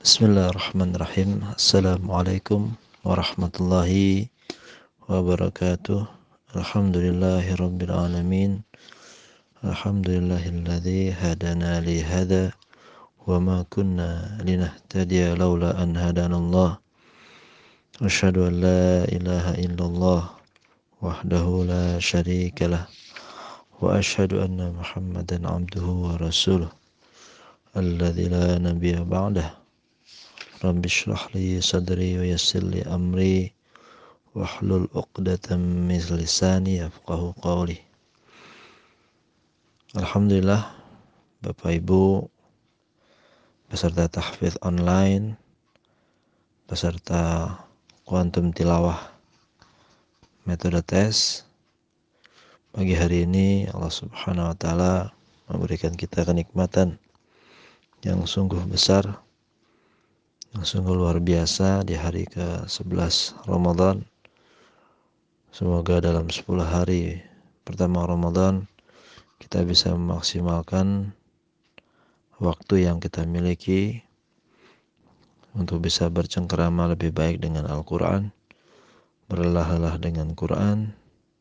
Bismillahirrahmanirrahim. Assalamualaikum warahmatullahi wabarakatuh. Alhamdulillahirabbil alamin. Alhamdulillahilladzi hadana li hadza wa ma kunna linahtadiya laula an hadanallah. Asyhadu an la ilaha illallah wahdahu la syarikalah wa asyhadu anna Muhammadan abduhu wa rasuluh alladzi la nabiyya ba'dah. Rabbi shrah li sadri wa yassir li amri wahlul 'uqdatam min lisani yafqahu qawli. Alhamdulillah, Bapak Ibu peserta tahfidz online, peserta kuantum tilawah metode tes. Pagi hari ini Allah Subhanahu wa taala memberikan kita kenikmatan yang sungguh besar, yang sungguh luar biasa di hari ke-11 Ramadan. Semoga dalam 10 hari pertama Ramadan kita bisa memaksimalkan waktu yang kita miliki untuk bisa bercengkerama lebih baik dengan Al-Quran, berlelah-lelah dengan Quran,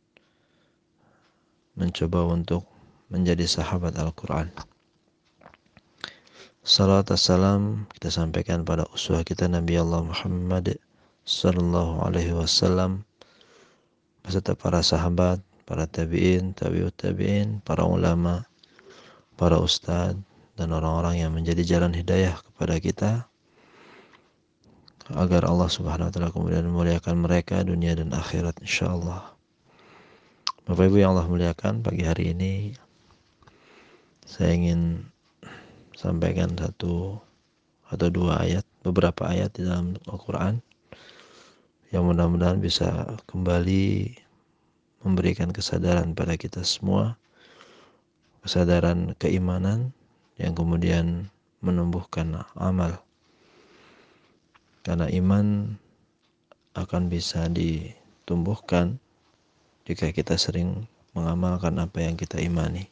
mencoba untuk menjadi sahabat Al-Quran. Salat assalam kita sampaikan pada uswah kita Nabi Allah Muhammad sallallahu alaihi wasallam beserta para sahabat, para tabi'in, tabi'ut tabi'in, para ulama, para ustadz, dan orang-orang yang menjadi jalan hidayah kepada kita, agar Allah Subhanahu wa taala kemudian memuliakan mereka dunia dan akhirat insyaallah. Bapak Ibu yang Allah muliakan, pagi hari ini saya ingin sampaikan satu atau dua ayat, beberapa ayat di dalam Al-Quran yang mudah-mudahan bisa kembali memberikan kesadaran pada kita semua, kesadaran keimanan yang kemudian menumbuhkan amal. Karena iman akan bisa ditumbuhkan jika kita sering mengamalkan apa yang kita imani.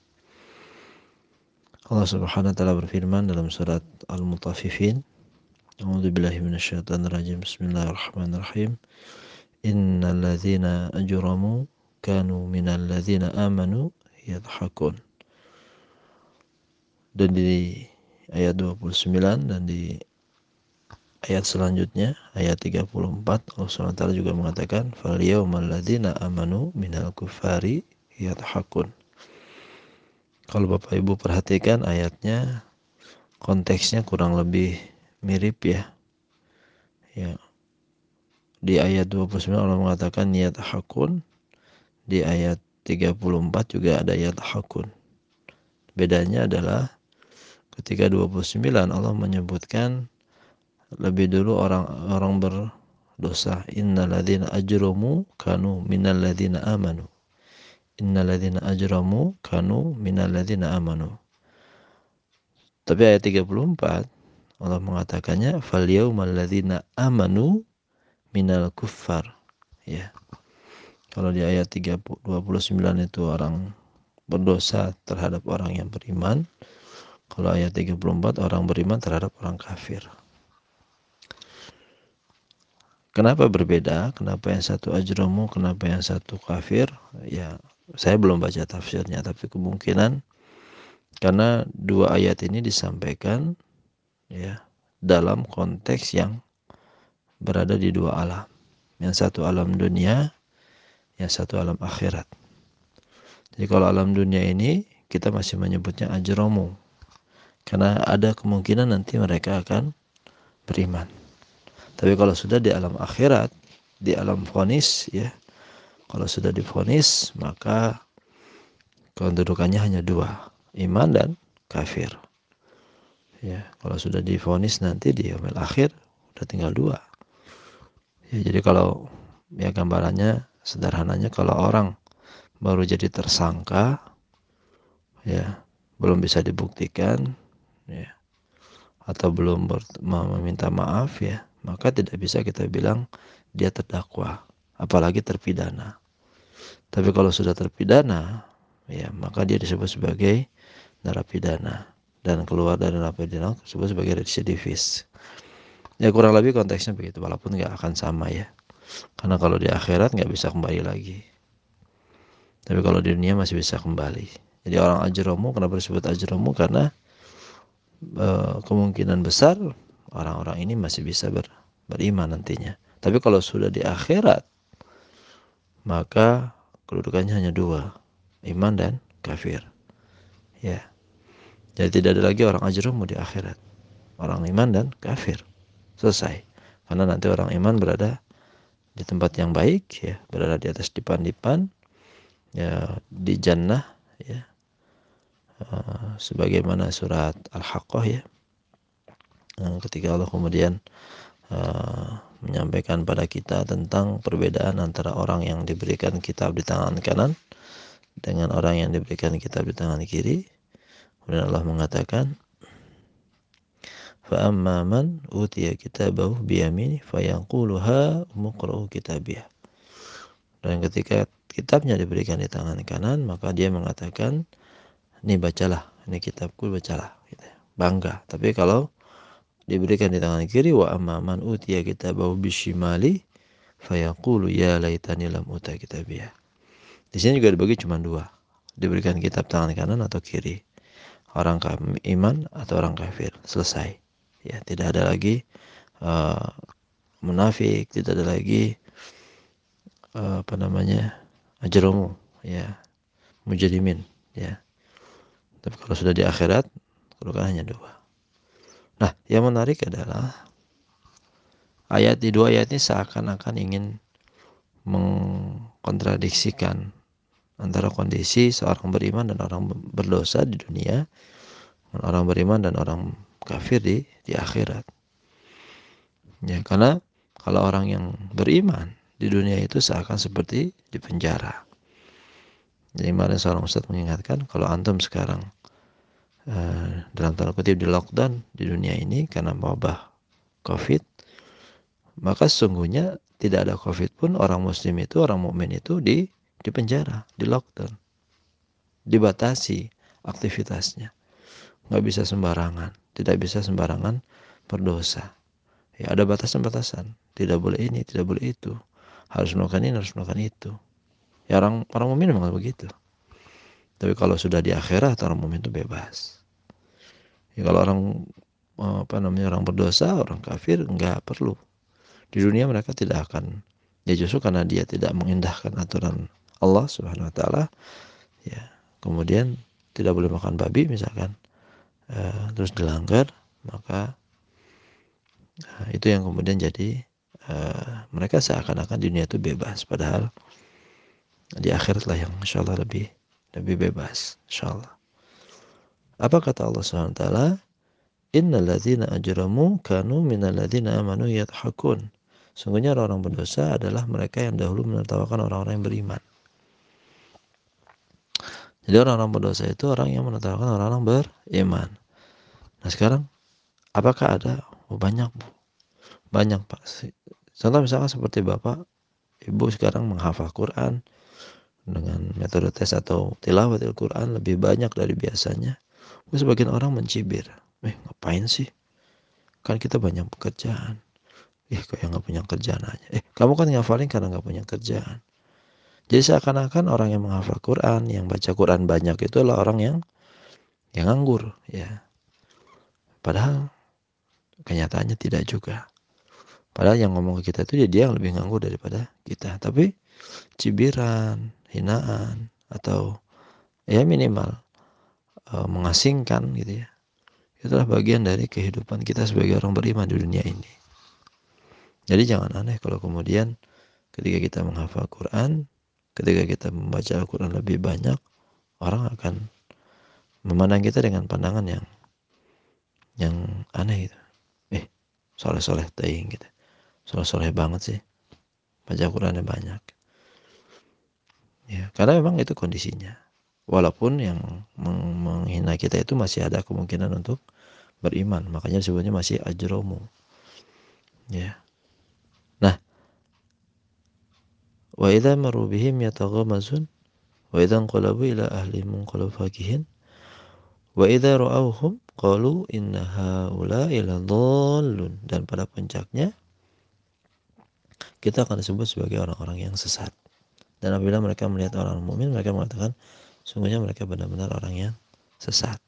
Allah Subhanahu wa taala berfirman dalam surat Al-Mutaffifin, A'udzubillahi minasyaitonir rajim. Bismillahirrahmanirrahim. Innal ladzina ajramu kanu minal ladzina amanu yadhakun. Dan di ayat 29 dan di ayat selanjutnya, ayat 34, Allah SWT juga mengatakan, fal yawmal ladzina amanu minal kuffari yadhakun. Kalau Bapak Ibu perhatikan ayatnya, konteksnya kurang lebih mirip ya. Di ayat 29 Allah mengatakan yadhakun, di ayat 34 juga ada yadhakun. Bedanya adalah ketika 29 Allah menyebutkan lebih dulu orang-orang berdosa. Innal ladzina ajramu kanu minal ladzina amanu. Innal ladzina ajramu kanu minal ladzina amanu. Tapi ayat 34 Allah mengatakannya fal yaumal ladzina amanu minal kuffar. Ya. Kalau di ayat 29 itu orang berdosa terhadap orang yang beriman. Kalau ayat 34 orang beriman terhadap orang kafir. Kenapa berbeda? Kenapa yang satu ajramu, kenapa yang satu kafir? Ya, saya belum baca tafsirnya, tapi kemungkinan karena dua ayat ini disampaikan ya dalam konteks yang berada di dua alam. Yang satu alam dunia, yang satu alam akhirat. Jadi kalau alam dunia ini kita masih menyebutnya ajramu. Karena ada kemungkinan nanti mereka akan beriman. Tapi kalau sudah di alam akhirat, di alam vonis ya, kalau sudah divonis maka kedudukannya hanya dua, iman dan kafir. Ya, kalau sudah divonis nanti di yaumil akhir udah tinggal dua. Ya, jadi kalau ya gambarannya sederhananya kalau orang baru jadi tersangka ya, belum bisa dibuktikan ya, atau belum meminta maaf ya, maka tidak bisa kita bilang dia terdakwa, apalagi terpidana. Tapi kalau sudah terpidana, ya maka dia disebut sebagai narapidana, dan keluar dari narapidana disebut sebagai residivis. Ya kurang lebih konteksnya begitu, walaupun nggak akan sama ya. Karena kalau di akhirat nggak bisa kembali lagi. Tapi kalau di dunia masih bisa kembali. Jadi orang ajromu, kenapa disebut ajromu? Karena kemungkinan besar orang-orang ini masih bisa beriman nantinya. Tapi kalau sudah di akhirat, maka kedudukannya hanya dua, iman dan kafir. Ya, jadi tidak ada lagi orang ajromu di akhirat. Orang iman dan kafir. Selesai. Karena nanti orang iman berada di tempat yang baik, ya, berada di atas dipan-dipan, ya, di jannah, ya, sebagaimana surat Al-Haqqah ya, ketika Allah kemudian menyampaikan pada kita tentang perbedaan antara orang yang diberikan kitab di tangan kanan dengan orang yang diberikan kitab di tangan kiri. Kemudian Allah mengatakan, فَأَمَّا مَنْ أُوتِيَ كِتَابَهُ بِيَمِينِهِ فَيَقُولُ هَاؤُمُ اقْرَءُوا كِتَابِيَهْ. Dan ketika kitabnya diberikan di tangan kanan, maka dia mengatakan, ini bacalah, ini kitabku, bacalah, gitu. Bangga. Tapi kalau diberikan di tangan kiri, wa amma man utiya kitabahu bisyimali fayaqulu ya laitani lam uta kitabiyah. Di sini juga dibagi cuma dua, diberikan kitab tangan kanan atau kiri, orang iman atau orang kafir. Selesai ya, tidak ada lagi munafik, tidak ada lagi apa namanya, ajromu ya, mujrimin ya. Tapi kalau sudah di akhirat, kedudukan hanya dua. Nah, yang menarik adalah ayat di dua ayat ini seakan-akan ingin mengkontradiksikan antara kondisi seorang beriman dan orang berdosa di dunia, orang beriman dan orang kafir di akhirat. Ya, karena kalau orang yang beriman di dunia itu seakan seperti di penjara. Jadi kemarin seorang ustadz mengingatkan, kalau antum sekarang dalam tanda kutip di lockdown di dunia ini karena wabah COVID, maka sesungguhnya tidak ada COVID pun orang muslim itu, orang mukmin itu di penjara, di lockdown, dibatasi aktivitasnya, nggak bisa sembarangan, tidak bisa sembarangan berdosa. Ya ada batasan-batasan, tidak boleh ini, tidak boleh itu, harus melakukan ini, harus melakukan itu. Ya orang mukmin memang begitu. Tapi kalau sudah di akhirat, orang mukmin itu bebas. Ya kalau orang apa namanya, orang berdosa, orang kafir nggak perlu. Di dunia mereka tidak akan, ya justru karena dia tidak mengindahkan aturan Allah Subhanahu wa taala, ya. Kemudian tidak boleh makan babi misalkan, terus dilanggar, maka itu yang kemudian jadi mereka seakan-akan dunia itu bebas, padahal di akhirat lah yang insyaallah lebih bebas insyaallah. Apa kata Allah Subhanahu wa taala? Innal ladzina ajramu kanu minal ladzina amanu yadhakun. Sungguhnya orang-orang berdosa adalah mereka yang dahulu menertawakan orang-orang yang beriman. Jadi orang-orang berdosa itu orang yang menertawakan orang-orang beriman. Nah sekarang apakah ada? Oh, banyak bu, banyak pak. Contoh misalkan seperti bapak, ibu sekarang menghafal Quran dengan metode tes atau tilawatil Quran lebih banyak dari biasanya. Sebagian orang mencibir, ngapain sih? Kan kita banyak pekerjaan. Kayak nggak punya kerjaan aja. Kamu kan ngafalin karena nggak punya kerjaan. Jadi seakan-akan orang yang menghafal Quran, yang baca Quran banyak itu adalah orang yang nganggur, ya. Padahal kenyataannya tidak juga. Padahal yang ngomong ke kita itu dia yang lebih nganggur daripada kita. Tapi cibiran, hinaan, atau ya minimal mengasingkan gitu ya. Itulah bagian dari kehidupan kita sebagai orang beriman di dunia ini. Jadi jangan aneh kalau kemudian ketika kita menghafal Quran, ketika kita membaca Al-Quran lebih banyak, orang akan memandang kita dengan pandangan yang aneh gitu. Soleh-soleh teuing gitu. Soleh-soleh banget sih. Baca Qurannya banyak. Ya, karena memang itu kondisinya. Walaupun yang menghina kita itu masih ada kemungkinan untuk beriman. Makanya disebutnya masih ajromu. Ya. Nah, wa idza maru bihim yataghamazun wa idza qalabu ila ahli munqalabu fakihin Wa idza ra'awhum qalu inna haula'i ladallun, dan pada puncaknya kita akan disebut sebagai orang-orang yang sesat. Dan apabila mereka melihat orang mukmin, mereka mengatakan sungguhnya mereka benar-benar orang yang sesat.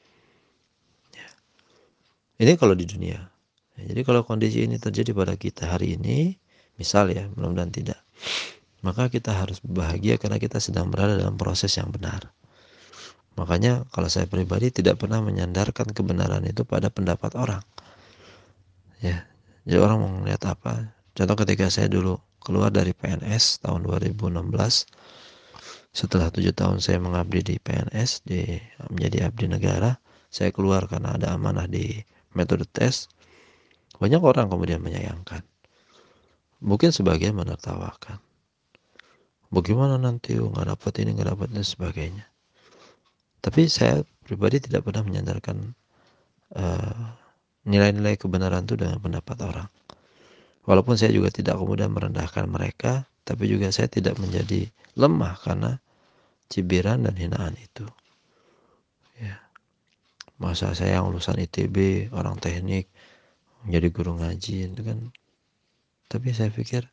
Ini kalau di dunia. Jadi kalau kondisi ini terjadi pada kita hari ini, misal ya, mudah-mudahan tidak, maka kita harus bahagia karena kita sedang berada dalam proses yang benar. Makanya kalau saya pribadi tidak pernah menyandarkan kebenaran itu pada pendapat orang. Ya, jadi orang mau melihat apa? Contoh ketika saya dulu keluar dari PNS tahun 2016, setelah 7 tahun saya mengabdi di PNS, menjadi abdi negara, saya keluar karena ada amanah di metode tes. Banyak orang kemudian menyayangkan. Mungkin sebagian menertawakan. Bagaimana nanti nggak dapat ini, nggak dapat dan sebagainya. Tapi saya pribadi tidak pernah menyandarkan nilai-nilai kebenaran itu dengan pendapat orang. Walaupun saya juga tidak kemudian merendahkan mereka, tapi juga saya tidak menjadi lemah karena cibiran dan hinaan itu. Ya. Masa saya yang lulusan ITB, orang teknik, menjadi guru ngaji itu kan. Tapi saya pikir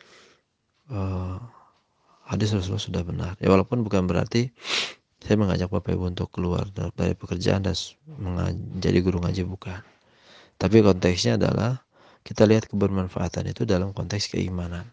hadis Rasulullah sudah benar. Ya walaupun bukan berarti saya mengajak Bapak Ibu untuk keluar dari pekerjaan dan menjadi guru ngaji, bukan. Tapi konteksnya adalah kita lihat kebermanfaatan itu dalam konteks keimanan.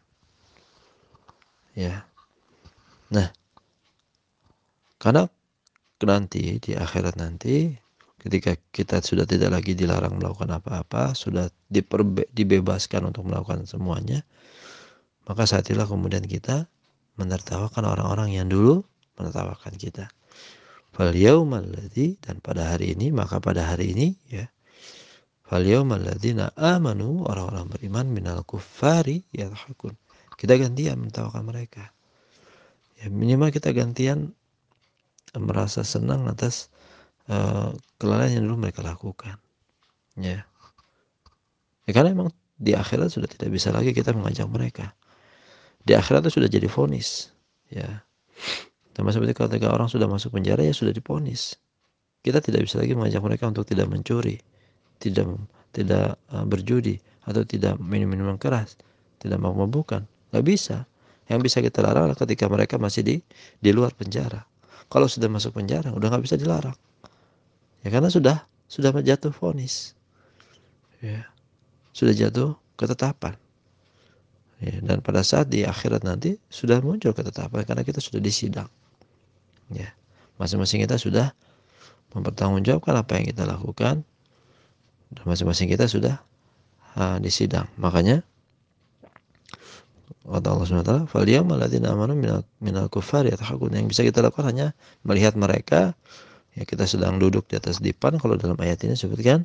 Ya. Nah, karena nanti di akhirat nanti ketika kita sudah tidak lagi dilarang melakukan apa-apa, sudah dibebaskan untuk melakukan semuanya, maka saat itulah kemudian kita menertawakan orang-orang yang dulu menertawakan kita. Fal yaumal ladzi, dan pada hari ini, maka pada hari ini ya, fal yaumal ladzina amanu, orang-orang beriman, minal kuffari yadhakun. Kita gantian menertawakan mereka. Ya minimal kita gantian merasa senang atas kelalaian yang dulu mereka lakukan. Ya. Ya karena memang di akhirat sudah tidak bisa lagi kita mengajak mereka. Di akhirat itu sudah jadi vonis. Ya. Sama seperti ketika orang sudah masuk penjara, ya sudah divonis. Kita tidak bisa lagi mengajak mereka untuk tidak mencuri, tidak berjudi, atau tidak minum minuman keras, tidak mabuk-mabukan. Nggak bisa. Yang bisa kita larang adalah ketika mereka masih di luar penjara. Kalau sudah masuk penjara, udah nggak bisa dilarang. Ya karena sudah jatuh vonis. Ya. Sudah jatuh ketetapan. Ya, dan pada saat di akhirat nanti sudah muncul ketetapan karena kita sudah disidang. Ya. Masing-masing kita sudah mempertanggungjawabkan apa yang kita lakukan, dan masing-masing kita sudah disidang. Makanya kata Allah SWT, "Falyamal ladzina amanu minal kuffari yadhakun." Yang bisa kita lakukan hanya melihat mereka, ya kita sedang duduk di atas dipan. Kalau dalam ayat ini disebutkan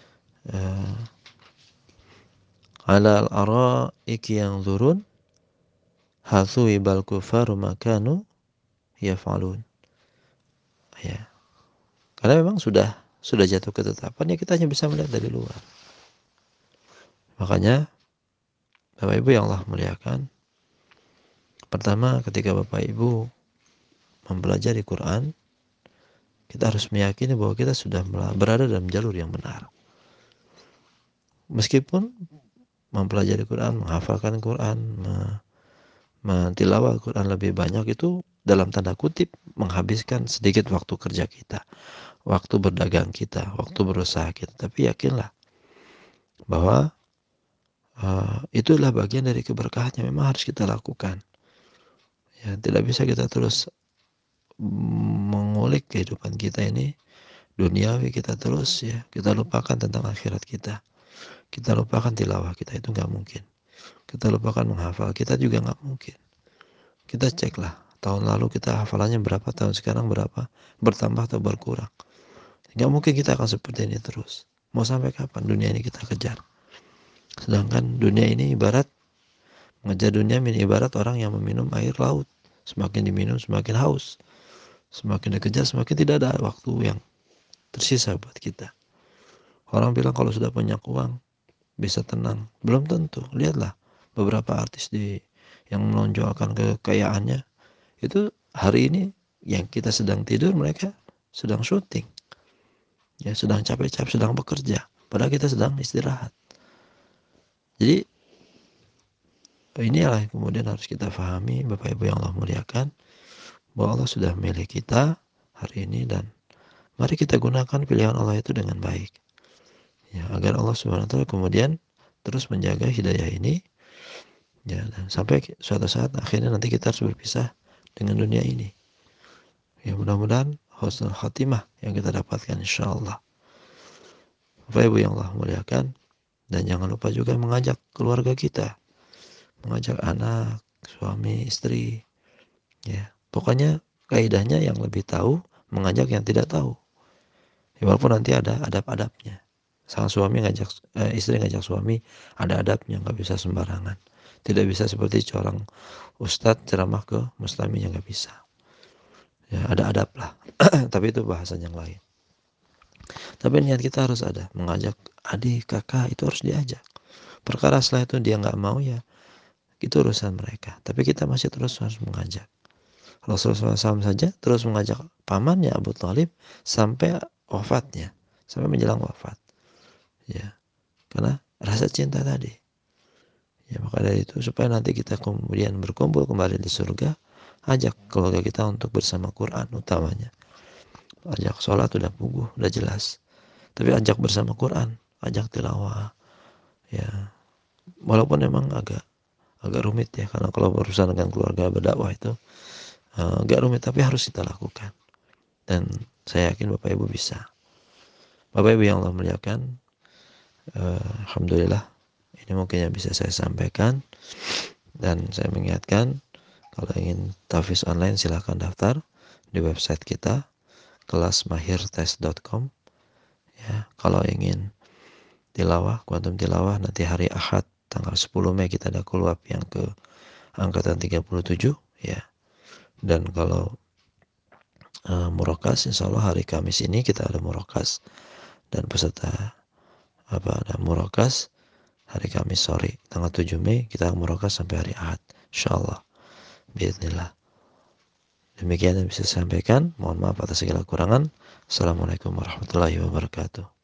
alal araiki yanzurun hathu ibal kufaru makanu yaf'alun. Ya. Karena memang sudah jatuh ketetapan, ya kita hanya bisa melihat dari luar. Makanya Bapak Ibu yang Allah muliakan, pertama ketika Bapak Ibu mempelajari Quran, kita harus meyakini bahwa kita sudah berada dalam jalur yang benar. Meskipun mempelajari Quran, menghafalkan Quran, mentilawah Quran lebih banyak, itu dalam tanda kutip menghabiskan sedikit waktu kerja kita, waktu berdagang kita, waktu berusaha kita. Tapi yakinlah bahwa itulah bagian dari keberkahan yang memang harus kita lakukan. Ya, tidak bisa kita terus mengulik kehidupan kita ini duniawi, kita terus ya kita lupakan tentang akhirat kita. Kita lupakan tilawah kita, itu nggak mungkin. Kita lupakan menghafal kita juga nggak mungkin. Kita ceklah tahun lalu kita hafalannya berapa, tahun sekarang berapa, bertambah atau berkurang. Nggak mungkin kita akan seperti ini terus. Mau sampai kapan dunia ini kita kejar? Sedangkan dunia ini mengejar dunia ini ibarat orang yang meminum air laut. Semakin diminum semakin haus. Semakin dikejar semakin tidak ada waktu yang tersisa buat kita. Orang bilang kalau sudah banyak uang bisa tenang. Belum tentu. Lihatlah beberapa artis yang menonjolkan kekayaannya. Itu hari ini yang kita sedang tidur, mereka sedang syuting. ya sedang capek-capek, sedang bekerja, padahal kita sedang istirahat. Jadi inilah yang kemudian harus kita pahami, Bapak Ibu yang Allah muliakan, bahwa Allah sudah milih kita hari ini, dan mari kita gunakan pilihan Allah itu dengan baik. Ya, agar Allah Subhanahu wa taala kemudian terus menjaga hidayah ini, ya, dan sampai suatu saat akhirnya nanti kita harus berpisah dengan dunia ini. Ya, mudah-mudahan husnul khatimah yang kita dapatkan insyaallah. Bapak Ibu yang Allah muliakan, dan jangan lupa juga mengajak keluarga kita, mengajak anak, suami, istri, ya. Pokoknya kaidahnya yang lebih tahu mengajak yang tidak tahu. Ya, walaupun nanti ada adab-adabnya. Sang suami ngajak istri ngajak suami, ada adabnya, nggak bisa sembarangan. Tidak bisa seperti seorang ustadz ceramah ke muslimin, yang nggak bisa. Ya, ada adab lah. Tapi itu bahasan yang lain. Tapi niat kita harus ada, mengajak adik, kakak, itu harus diajak. Perkara setelah itu dia nggak mau, ya itu urusan mereka. Tapi kita masih terus harus mengajak. Rasulullah SAW saja terus mengajak pamannya Abu Thalib sampai wafatnya, sampai menjelang wafat. Ya, karena rasa cinta tadi. Ya, maka dari itu supaya nanti kita kemudian berkumpul kembali di surga, ajak keluarga kita untuk bersama Quran utamanya. Ajak sholat udah puguh, udah jelas. Tapi ajak bersama Quran, ajak tilawah. Ya, walaupun memang agak rumit ya, karena kalau berurusan dengan keluarga berdakwah itu agak rumit, tapi harus kita lakukan. Dan saya yakin Bapak Ibu bisa. Bapak Ibu yang Allah muliakan, alhamdulillah ini mungkin yang bisa saya sampaikan. Dan saya mengingatkan, kalau ingin tahfiz online silahkan daftar di website kita kelasmahirtest.com. Ya, kalau ingin tilawah, kuantum tilawah, nanti hari Ahad tanggal 10 Mei kita ada kulwab yang ke angkatan 37 ya. Dan kalau murokas, insya Allah hari Kamis ini kita ada murokas, dan peserta ada murokas hari Kamis sore tanggal 7 Mei kita murokas sampai hari Ahad insyaallah bismillah. Demikian yang bisa saya sampaikan, mohon maaf atas segala kekurangan. Assalamualaikum warahmatullahi wabarakatuh.